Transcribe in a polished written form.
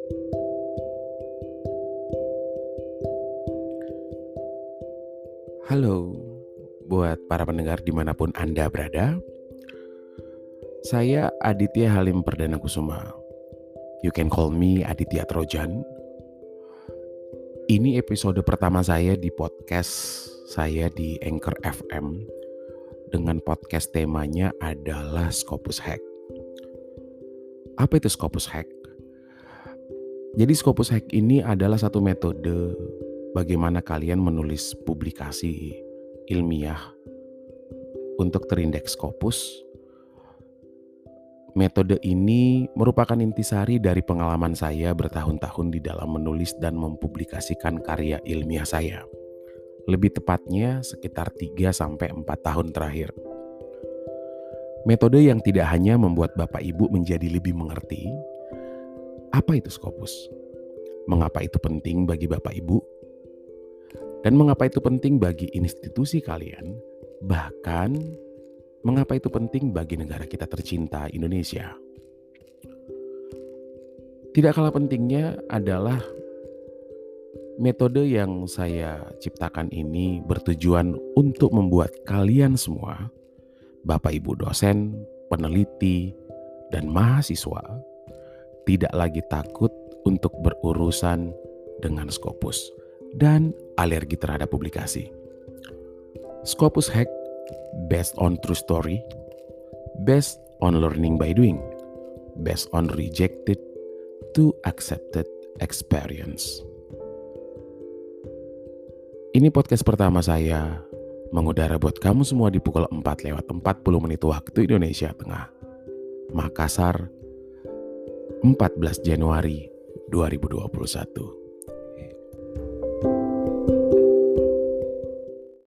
Halo, buat para pendengar dimanapun Anda berada. Saya Aditya Halim Perdana Kusuma. You can call me Aditya Trojan. Ini episode pertama saya di podcast saya di Anchor FM. Dengan podcast temanya adalah Scopus Hack. Apa itu Scopus Hack? Jadi Scopus Hack ini adalah satu metode bagaimana kalian menulis publikasi ilmiah untuk terindeks Scopus. Metode ini merupakan intisari dari pengalaman saya bertahun-tahun di dalam menulis dan mempublikasikan karya ilmiah saya. Lebih tepatnya sekitar 3-4 tahun terakhir. Metode yang tidak hanya membuat Bapak Ibu menjadi lebih mengerti apa itu Scopus, mengapa itu penting bagi Bapak Ibu, dan mengapa itu penting bagi institusi kalian, bahkan mengapa itu penting bagi negara kita tercinta Indonesia. Tidak kalah pentingnya adalah metode yang saya ciptakan ini bertujuan untuk membuat kalian semua, Bapak Ibu dosen, peneliti, dan mahasiswa, tidak lagi takut untuk berurusan dengan Scopus dan alergi terhadap publikasi. Scopus Hack based on true story, based on learning by doing, based on rejected to accepted experience. Ini podcast pertama saya mengudara buat kamu semua di pukul 4:40 waktu Indonesia Tengah. Makassar, 14 Januari 2021.